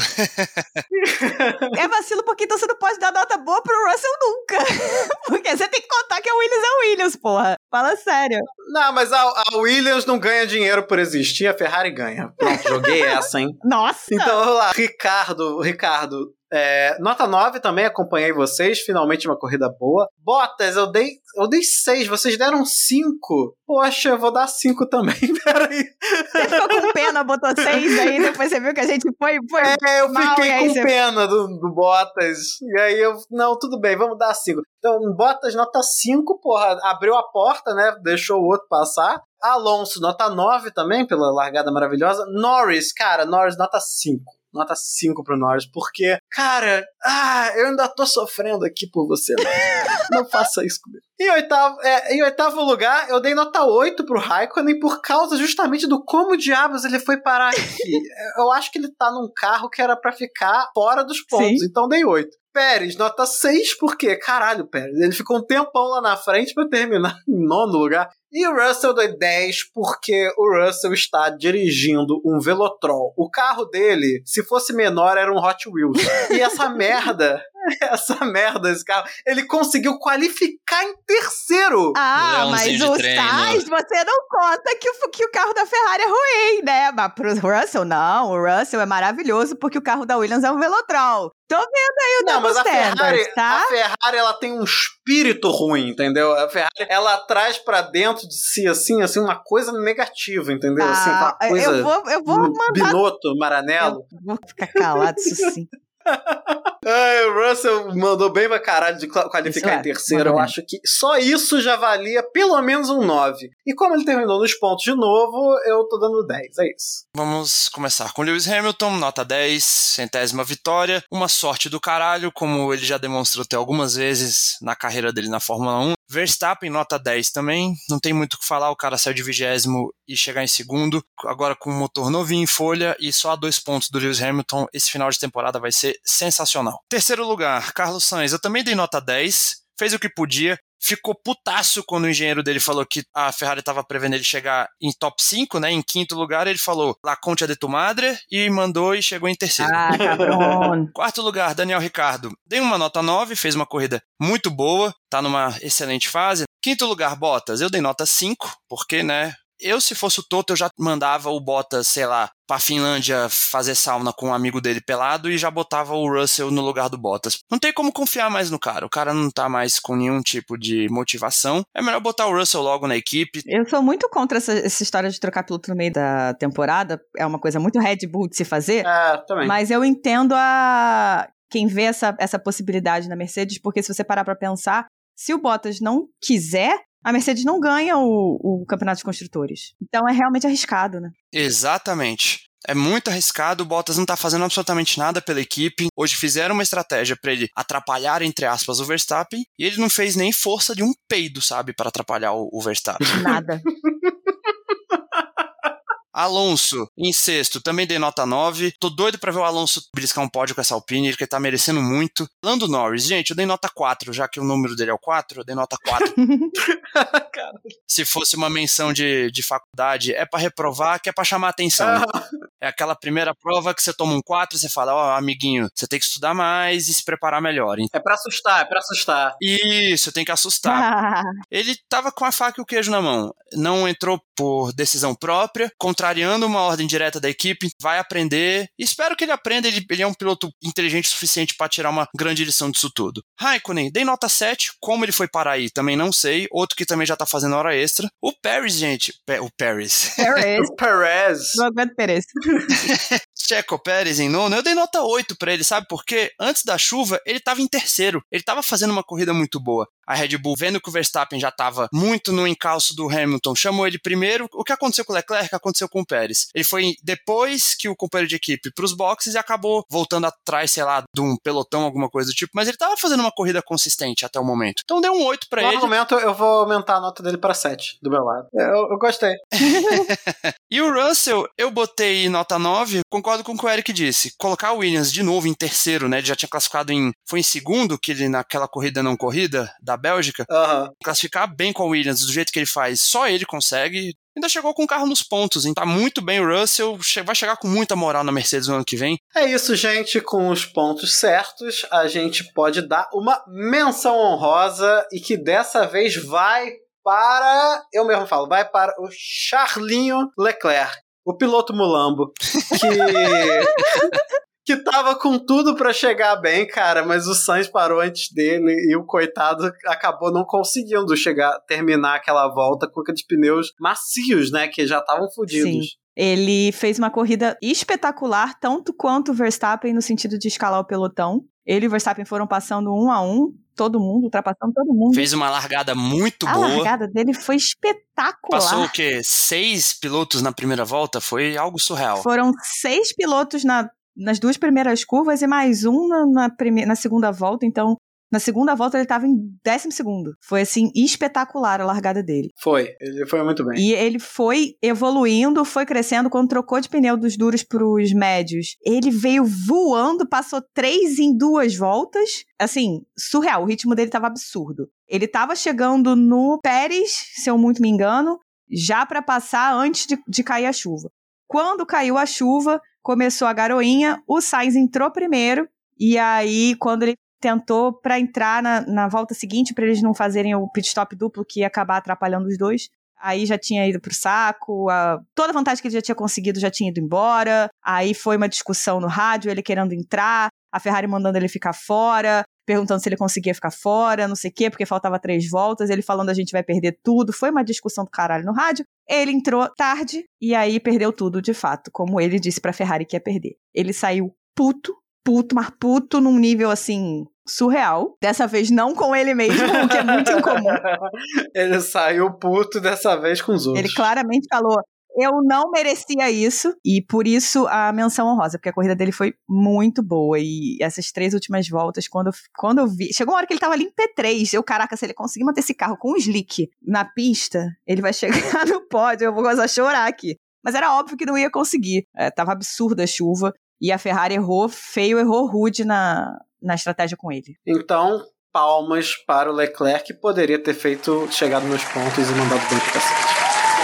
É vacilo porque então você não pode dar nota boa pro Russell nunca. Porque você tem que contar que a Williams é a Williams, porra. Fala sério. Não, mas a, a Williams não ganha dinheiro por existir, a Ferrari ganha. Pronto, joguei essa, hein? Nossa! Então, vamos lá. Ricardo, Ricardo... É, nota nove também, acompanhei vocês, finalmente uma corrida boa. Bottas, eu dei eu dei seis, vocês deram cinco. Poxa, eu vou dar cinco também, peraí. Você ficou com pena, botou seis aí, depois você viu que a gente foi, foi É, eu mal, fiquei com você... pena do, do Bottas, e aí eu, não, tudo bem, vamos dar cinco. Então, Bottas, nota cinco, porra, abriu a porta, né, deixou o outro passar. Alonso, nota nove também, pela largada maravilhosa. Norris, cara, Norris, nota cinco. Nota cinco pro Norris, porque, cara, ah, eu ainda tô sofrendo aqui por você. Não, não faça isso comigo. Em oitavo, é, em oitavo lugar, eu dei nota oito pro Raikkonen por causa justamente do como diabos ele foi parar aqui. Eu acho que ele tá num carro que era pra ficar fora dos pontos, Sim. Então dei oito. Pérez, nota seis, porque, caralho, Pérez, ele ficou um tempão lá na frente pra terminar em nono lugar. E o Russell deu dez, porque o Russell está dirigindo um Velotrol. O carro dele, se fosse menor, era um Hot Wheels. E essa merda essa merda, esse carro. Ele conseguiu qualificar em terceiro. Ah, mas o Sainz, você não conta que o, que o carro da Ferrari é ruim, né? Mas pro Russell, não. O Russell é maravilhoso porque o carro da Williams é um Velotrol. Tô vendo aí o Não, mas a Ferrari, tá? a Ferrari, ela tem um espírito ruim, entendeu? A Ferrari, ela traz pra dentro de si, assim, assim, uma coisa negativa, entendeu? Ah, assim, uma coisa... Eu vou, eu vou mandar... Binotto, Maranello. Eu vou ficar calado, isso sim. Ai, o Russell mandou bem pra caralho de qualificar é, em terceiro. Eu bem. acho que só isso já valia pelo menos um nove. E como ele terminou nos pontos de novo, eu tô dando dez, é isso. Vamos começar com Lewis Hamilton, nota dez, centésima vitória. Uma sorte do caralho, como ele já demonstrou ter algumas vezes na carreira dele na Fórmula um. Verstappen, nota dez também, não tem muito o que falar, o cara saiu de vigésimo e chegar em segundo, agora com um motor novinho em folha e só a dois pontos do Lewis Hamilton, esse final de temporada vai ser sensacional. Terceiro lugar, Carlos Sainz, eu também dei nota dez, fez o que podia, ficou putaço quando o engenheiro dele falou que a Ferrari estava prevendo ele chegar em top cinco, né, em quinto lugar, ele falou La Concha de tu madre e mandou e chegou em terceiro. Ah, cabrão. Quarto lugar, Daniel Ricciardo, dei uma nota nove, fez uma corrida muito boa, tá numa excelente fase. Quinto lugar, Bottas, eu dei nota cinco, porque, né, eu se fosse o Toto eu já mandava o Bottas, sei lá, pra Finlândia fazer sauna com um amigo dele pelado e já botava o Russell no lugar do Bottas. Não tem como confiar mais no cara, o cara não tá mais com nenhum tipo de motivação, é melhor botar o Russell logo na equipe. Eu sou muito contra essa, essa história de trocar piloto no meio da temporada, é uma coisa muito Red Bull de se fazer, é, também. Mas eu entendo a quem vê essa, essa possibilidade na Mercedes, porque se você parar pra pensar, se o Bottas não quiser, a Mercedes não ganha o, o Campeonato de Construtores. Então é realmente arriscado, né? Exatamente. É muito arriscado, o Bottas não tá fazendo absolutamente nada pela equipe. Hoje fizeram uma estratégia pra ele atrapalhar, entre aspas, o Verstappen, e ele não fez nem força de um peido, sabe, para atrapalhar o, o Verstappen. Nada. Alonso, em sexto, também dei nota nove. Tô doido pra ver o Alonso beliscar um pódio com essa Alpine, ele que tá merecendo muito. Lando Norris, gente, eu dei nota quatro, já que o número dele é o quatro, eu dei nota quatro. Se fosse uma menção de, de faculdade, é pra reprovar, que é pra chamar atenção. É aquela primeira prova que você toma um quatro e você fala, ó, oh, amiguinho, você tem que estudar mais e se preparar melhor. Hein? É pra assustar, é pra assustar. Isso, tem que assustar. Ele tava com a faca e o queijo na mão. Não entrou por decisão própria, contrariando uma ordem direta da equipe, vai aprender. Espero que ele aprenda, ele, ele é um piloto inteligente o suficiente para tirar uma grande lição disso tudo. Raikkonen, dei nota sete, como ele foi parar aí, também não sei. Outro que também já tá fazendo hora extra. O Pérez, gente, Pe- o Pérez. Pérez. O Pérez. Não aguento Pérez. Checo Pérez em nono, eu dei nota oito pra ele, sabe por quê? Antes da chuva, ele tava em terceiro, ele tava fazendo uma corrida muito boa. A Red Bull, vendo que o Verstappen já tava muito no encalço do Hamilton, chamou ele primeiro. O que aconteceu com o Leclerc, aconteceu com o Pérez. Ele foi depois que o companheiro de equipe pros boxes e acabou voltando atrás, sei lá, de um pelotão, alguma coisa do tipo, mas ele tava fazendo uma corrida consistente até o momento. Então deu um oito pra no ele. No momento eu vou aumentar a nota dele pra sete, do meu lado. Eu, eu gostei. E o Russell, eu botei nota nove, concordo com o que o Eric disse. Colocar o Williams de novo em terceiro, né? Ele já tinha classificado em... Foi em segundo, que ele naquela corrida não corrida da Bélgica. Uhum. Classificar bem com o Williams do jeito que ele faz, só ele consegue. Ainda chegou com o carro nos pontos, hein? Tá muito bem o Russell, vai chegar com muita moral na Mercedes no ano que vem. É isso, gente. Com os pontos certos, a gente pode dar uma menção honrosa e que dessa vez vai para... Eu mesmo falo, vai para o Charlinho Leclerc, o piloto mulambo, que... que tava com tudo pra chegar bem, cara, mas o Sainz parou antes dele e o coitado acabou não conseguindo chegar, terminar aquela volta com aqueles pneus macios, né, que já estavam fodidos. Sim. Ele fez uma corrida espetacular, tanto quanto o Verstappen, no sentido de escalar o pelotão. Ele e o Verstappen foram passando um a um, todo mundo, ultrapassando todo mundo. Fez uma largada muito a boa. A largada dele foi espetacular. Passou o quê? Seis pilotos na primeira volta? Foi algo surreal. Foram seis pilotos na nas duas primeiras curvas e mais um na, na, prime- na segunda volta, então na segunda volta ele estava em décimo segundo. Foi assim, espetacular a largada dele. Foi, ele foi muito bem. E ele foi evoluindo, foi crescendo, quando trocou de pneu dos duros para os médios, ele veio voando, passou três em duas voltas, assim, surreal, o ritmo dele estava absurdo. Ele estava chegando no Pérez, se eu muito me engano, já para passar antes de, de cair a chuva. Quando caiu a chuva, começou a garoinha, o Sainz entrou primeiro, e aí, quando ele tentou pra entrar na, na volta seguinte, pra eles não fazerem o pit stop duplo que ia acabar atrapalhando os dois. Aí já tinha ido pro saco, a... toda a vantagem que ele já tinha conseguido já tinha ido embora. Aí foi uma discussão no rádio, ele querendo entrar, a Ferrari mandando ele ficar fora, perguntando se ele conseguia ficar fora, não sei o quê, porque faltava três voltas, ele falando a gente vai perder tudo. Foi uma discussão do caralho no rádio. Ele entrou tarde e aí perdeu tudo, de fato, como ele disse pra Ferrari que ia perder. Ele saiu puto, puto, mas puto num nível, assim, surreal. Dessa vez não com ele mesmo, o que é muito incomum. Ele saiu puto dessa vez com os outros. Ele claramente falou, eu não merecia isso, e por isso a menção honrosa, porque a corrida dele foi muito boa, e essas três últimas voltas, quando, quando eu vi, chegou uma hora que ele tava ali em P três, eu, caraca, se ele conseguir manter esse carro com um slick na pista, ele vai chegar no pódio, eu vou começar a chorar aqui. Mas era óbvio que não ia conseguir, é, tava absurda a chuva, e a Ferrari errou feio, errou rude na, na estratégia com ele. Então, palmas para o Leclerc, que poderia ter feito, chegado nos pontos e mandado bem pro cacete.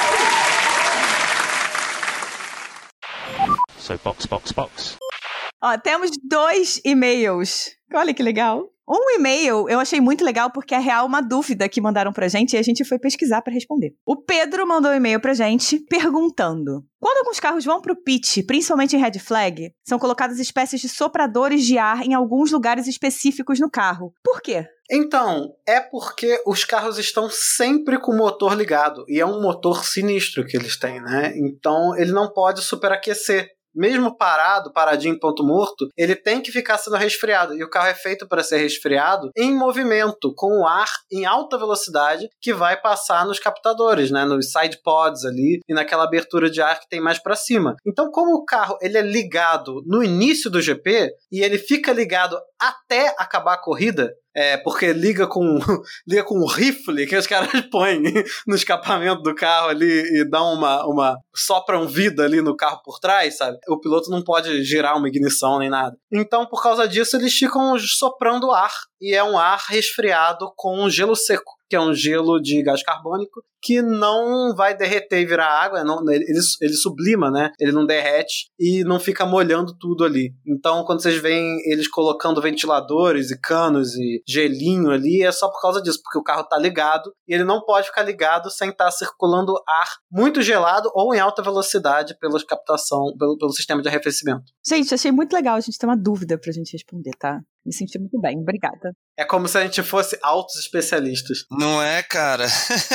So box, box, box. Ó, temos dois e-mails. Olha que legal. Um e-mail eu achei muito legal porque é real uma dúvida que mandaram pra gente e a gente foi pesquisar pra responder. O Pedro mandou um e-mail pra gente perguntando: quando alguns carros vão pro pit, principalmente em red flag, são colocadas espécies de sopradores de ar em alguns lugares específicos no carro. Por quê? Então, é porque os carros estão sempre com o motor ligado. E é um motor sinistro que eles têm, né? Então, ele não pode superaquecer. Mesmo parado, paradinho, ponto morto, ele tem que ficar sendo resfriado. E o carro é feito para ser resfriado em movimento, com o ar em alta velocidade que vai passar nos captadores, né? Nos side pods ali e naquela abertura de ar que tem mais para cima. Então, como o carro ele é ligado no início do G P e ele fica ligado até acabar a corrida, é, porque liga com, liga com um rifle que os caras põem no escapamento do carro ali e dão uma, uma sopram vida ali no carro por trás, sabe? O piloto não pode girar uma ignição nem nada. Então, por causa disso, eles ficam soprando ar e é um ar resfriado com gelo seco, que é um gelo de gás carbônico que não vai derreter e virar água, não, ele, ele sublima, né? Ele não derrete e não fica molhando tudo ali. Então, quando vocês veem eles colocando ventiladores e canos e gelinho ali, é só por causa disso, porque o carro tá ligado e ele não pode ficar ligado sem estar circulando ar muito gelado ou em alta velocidade pela captação, pelo, pelo sistema de arrefecimento. Gente, achei muito legal, a gente tem uma dúvida pra gente responder, tá? Me senti muito bem, obrigada. É como se a gente fosse altos especialistas. Não é, cara?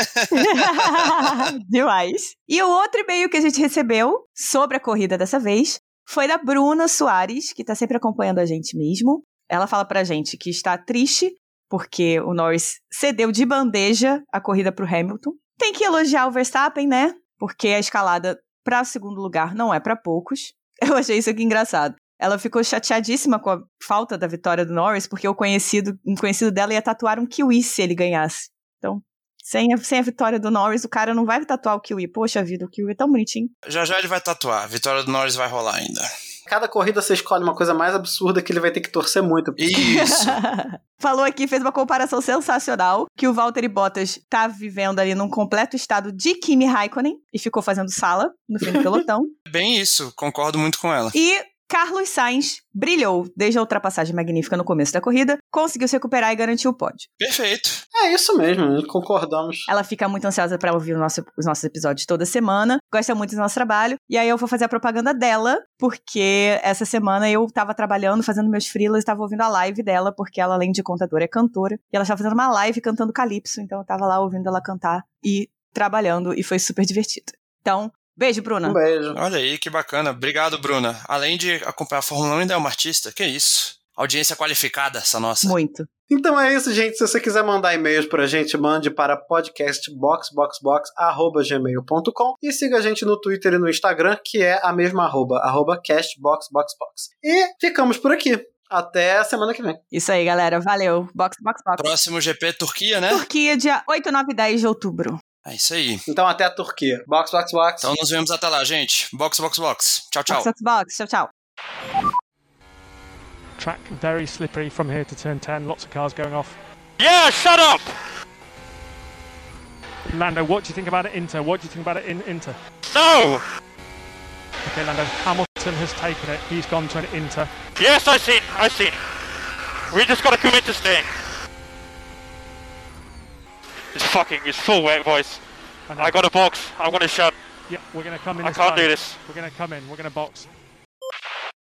Demais. E o outro e-mail que a gente recebeu sobre a corrida dessa vez foi da Bruna Soares, que tá sempre acompanhando a gente mesmo. Ela fala pra gente que está triste porque o Norris cedeu de bandeja a corrida pro Hamilton. Tem que elogiar o Verstappen, né? Porque a escalada pra segundo lugar não é pra poucos. Eu achei isso aqui engraçado. Ela ficou chateadíssima com a falta da vitória do Norris, porque o conhecido, um conhecido dela ia tatuar um kiwi se ele ganhasse. Então, sem a, sem a vitória do Norris, o cara não vai tatuar o kiwi. Poxa vida, o kiwi é tão bonitinho. Já já ele vai tatuar. A vitória do Norris vai rolar ainda. Cada corrida você escolhe uma coisa mais absurda que ele vai ter que torcer muito. Isso. Falou aqui, fez uma comparação sensacional, que o Valtteri Bottas tá vivendo ali num completo estado de Kimi Raikkonen e ficou fazendo sala no fim do pelotão. Bem isso, concordo muito com ela. E Carlos Sainz brilhou desde a ultrapassagem magnífica no começo da corrida, conseguiu se recuperar e garantiu o pódio. Perfeito. É isso mesmo, concordamos. Ela fica muito ansiosa pra ouvir o nosso, os nossos episódios toda semana, gosta muito do nosso trabalho, e aí eu vou fazer a propaganda dela, porque essa semana eu tava trabalhando, fazendo meus freelas, estava ouvindo a live dela, porque ela, além de contadora, é cantora, e ela estava fazendo uma live cantando Calypso, então eu tava lá ouvindo ela cantar e trabalhando, e foi super divertido. Então, beijo, Bruna. Um beijo. Olha aí, que bacana. Obrigado, Bruna. Além de acompanhar a Fórmula um, ainda é uma artista. Que isso? Audiência qualificada, essa nossa. Muito. Então é isso, gente. Se você quiser mandar e-mails pra gente, mande para podcastboxboxbox arroba gmail ponto com e siga a gente no Twitter e no Instagram, que é a mesma arroba, arroba castboxboxbox. E ficamos por aqui. Até a semana que vem. Isso aí, galera. Valeu. Box, box, box. Próximo G P Turquia, né? Turquia, dia oito, nove e dez de outubro. É isso aí. Então até a Turquia. Box, box, box. Então nos vemos até lá, gente. Box, box, box. Tchau, tchau. Box, box, box. Tchau, tchau. Track very slippery from here to turn ten. Lots of cars going off. Yeah, shut up! Lando, what do you think about it, Inter? What do you think about it in Inter? No! Okay, Lando, Hamilton has taken it. He's gone to an Inter. Yes, I seen, I seen. We just gotta commit this thing. It's fucking, it's full wet, boys. I know. I got a box. I'm gonna shut. Yeah, we're gonna come in. I this can't time. do this. We're gonna come in. We're gonna box.